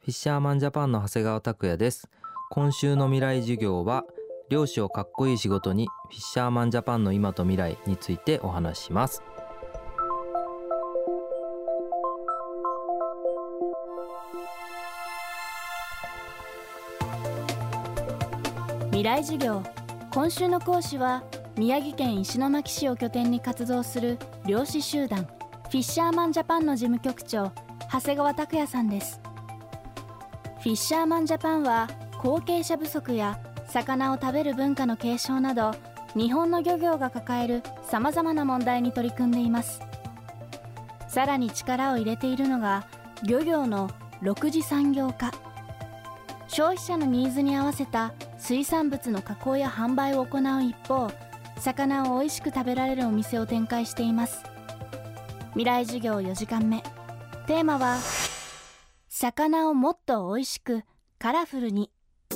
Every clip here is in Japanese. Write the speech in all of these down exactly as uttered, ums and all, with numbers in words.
フィッシャーマンジャパンの長谷川拓也です。今週の未来授業は、漁師をかっこいい仕事にフィッシャーマンジャパンの今と未来についてお話しします。 未来授業、今週の講師は宮城県石巻市を拠点に活動する漁師集団フィッシャーマンジャパンの事務局長、長谷川拓也さんです。フィッシャーマンジャパンは後継者不足や魚を食べる文化の継承など、日本の漁業が抱えるさまざまな問題に取り組んでいます。さらに力を入れているのが漁業の六次産業化。消費者のニーズに合わせた水産物の加工や販売を行う一方、魚を美味しく食べられるお店を展開しています。未来授業よじかんめ、テーマは魚をもっと美味しくカラフルに。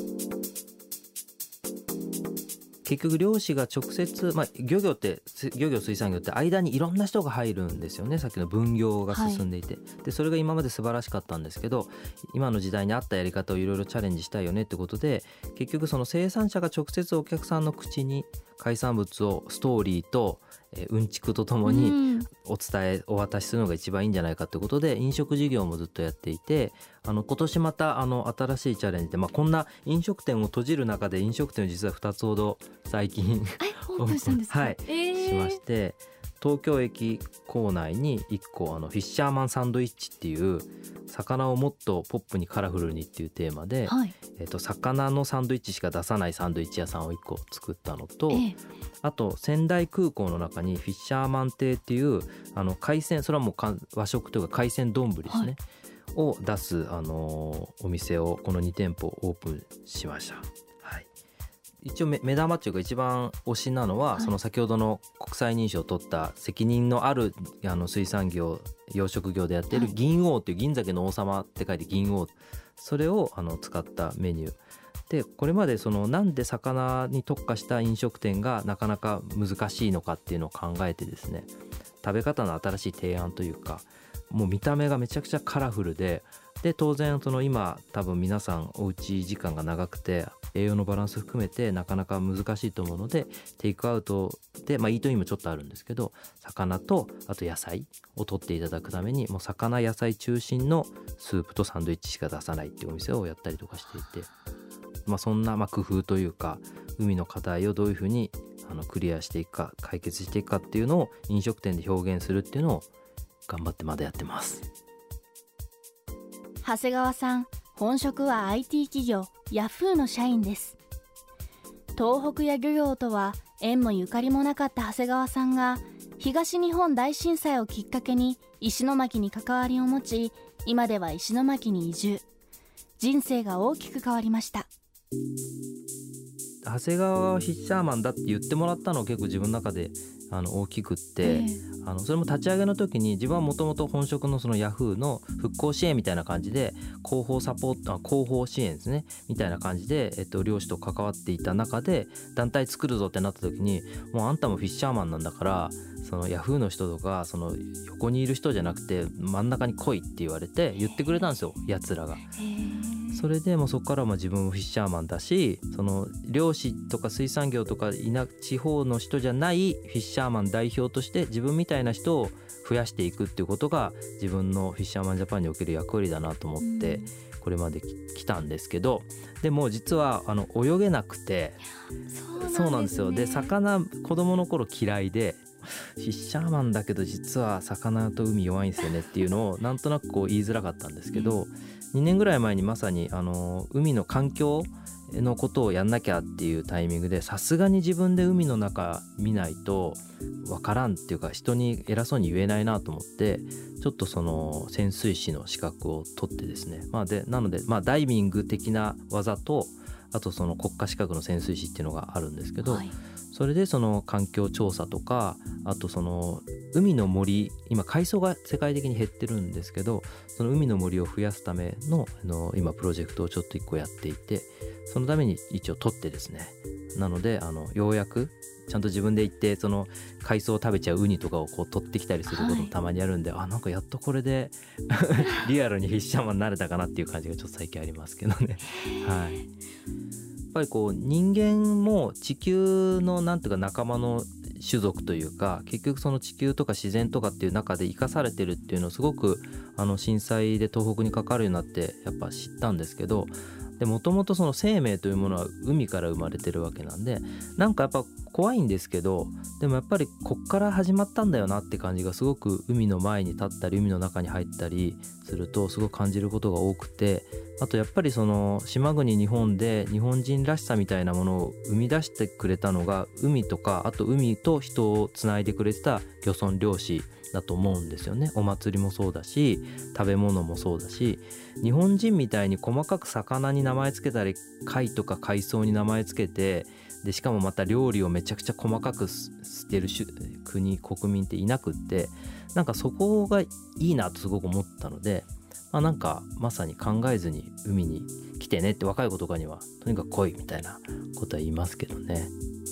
結局漁師が直接、まあ、漁業って漁業水産業って間にいろんな人が入るんですよね。さっきの分業が進んでいて、はい、でそれが今まで素晴らしかったんですけど、今の時代に合ったやり方をいろいろチャレンジしたいよねってことで、結局その生産者が直接お客さんの口に海産物をストーリーとうんちくとともにお伝えお渡しするのが一番いいんじゃないかということで、飲食事業もずっとやっていて、あの今年またあの新しいチャレンジで、まあ、こんな飲食店を閉じる中で飲食店を実はふたつほど最近オープンしたんですか？ はい、えー、しまして、東京駅構内にいっこあのフィッシャーマンサンドイッチっていう魚をもっとポップにカラフルにっていうテーマで、はい、えーと、魚のサンドイッチしか出さないサンドイッチ屋さんをいっこ作ったのと、えー、あと仙台空港の中にフィッシャーマン亭っていうあの海鮮、それはもう和食というか海鮮丼ですね、はい、を出す、あのー、お店をこのに店舗オープンしました。一応 目, 目玉というか一番推しなのは、はい、その先ほどの国際認証を取った責任のあるあの水産業養殖業でやっている銀王という、銀鮭の王様って書いて銀王、それをあの使ったメニューで、これまでそのなんで魚に特化した飲食店がなかなか難しいのかっていうのを考えてですね、食べ方の新しい提案というか、もう見た目がめちゃくちゃカラフルで、で当然その今多分皆さんおうち時間が長くて栄養のバランス含めてなかなか難しいと思うので、テイクアウトで、まあ、イートインもちょっとあるんですけど、魚とあと野菜を取っていただくためにもう魚野菜中心のスープとサンドイッチしか出さないっていうお店をやったりとかしていて、まあ、そんなまあ工夫というか、海の課題をどういうふうにあのクリアしていくか解決していくかっていうのを飲食店で表現するっていうのを頑張ってまだやってます。 長谷川さん、本職は アイティー 企業ヤフーの社員です。東北や漁業とは縁もゆかりもなかった長谷川さんが、東日本大震災をきっかけに石巻に関わりを持ち、今では石巻に移住。人生が大きく変わりました。 長谷川はフィッシャーマンだって言ってもらったのは結構自分の中であの大きくって、えー、あのそれも立ち上げの時に自分はもともと本職のそのヤフーの復興支援みたいな感じで広報サポート、あ広報支援ですねみたいな感じで、えっと、漁師と関わっていた中で、団体作るぞってなった時に、もうあんたもフィッシャーマンなんだから、そのヤフーの人とかその横にいる人じゃなくて真ん中に来いって言われて言ってくれたんですよ、やつらが。それでもうそこからまあ自分もフィッシャーマンだし、その漁師とか水産業とか田地方の人じゃないフィッシャーマン代表として自分みたいな人を増やしていくっていうことが自分のフィッシャーマンジャパンにおける役割だなと思ってこれまで来たんですけど、でも実はあの泳げなくて、そうなんですよ。で魚子供の頃嫌いで、フィッシャーマンだけど実は魚と海弱いんですよねっていうのをなんとなくこう言いづらかったんですけど、にねんぐらい前にまさにあの海の環境のことをやんなきゃっていうタイミングで、さすがに自分で海の中見ないとわからんっていうか、人に偉そうに言えないなと思って、ちょっとその潜水士の資格を取ってですね、まあ、でなのでまあダイビング的な技と、あとその国家資格の潜水士っていうのがあるんですけど、はい、それでその環境調査とか、あとその海の森、今海藻が世界的に減ってるんですけど、その海の森を増やすためのあの今プロジェクトをちょっと一個やっていて、そのために一応取ってですね、 なのであのようやくちゃんと自分で行ってその海藻を食べちゃうウニとかをこう取ってきたりすることもたまにあるんで、はい、あなんかやっとこれでリアルにフィッシャーマンになれたかなっていう感じがちょっと最近ありますけどねはい、やっぱりこう人間も地球のなんていうか仲間の種族というか、結局その地球とか自然とかっていう中で生かされてるっていうのをすごくあの震災で東北にかかるようになってやっぱ知ったんですけど、でもともとその生命というものは海から生まれてるわけなんで、なんかやっぱ怖いんですけど、でもやっぱりこっから始まったんだよなって感じがすごく海の前に立ったり海の中に入ったりするとすごく感じることが多くて、あとやっぱりその島国日本で日本人らしさみたいなものを生み出してくれたのが海とか、あと海と人をつないでくれてた漁村漁師だと思うんですよね。お祭りもそうだし食べ物もそうだし、日本人みたいに細かく魚に名前つけたり貝とか海藻に名前つけて、でしかもまた料理をめちゃくちゃ細かくしてる国国民っていなくって、なんかそこがいいなとすごく思ったので、まあ、なんかまさに考えずに海に来てねって若い子とかにはとにかく来いみたいなことは言いますけどね。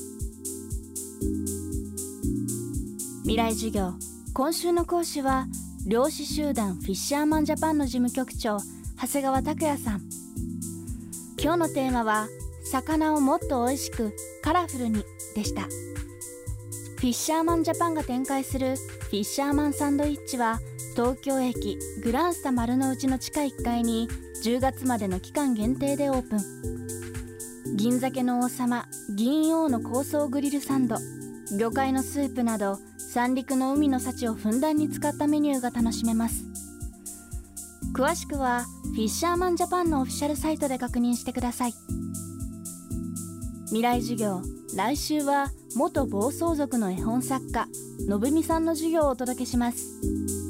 未来授業、今週の講師は漁師集団フィッシャーマンジャパンの事務局長長谷川拓也さん。今日のテーマは魚をもっと美味しくカラフルにでした。フィッシャーマンジャパンが展開するフィッシャーマンサンドイッチは東京駅グランスタ丸の内の地下いっかいにじゅうがつまでの期間限定でオープン。銀鮭の王様銀王の香草グリルサンド、魚介のスープなど三陸の海の幸をふんだんに使ったメニューが楽しめます。詳しくはフィッシャーマンジャパンのオフィシャルサイトで確認してください。未来授業、来週は元暴走族の絵本作家のぶみさんの授業をお届けします。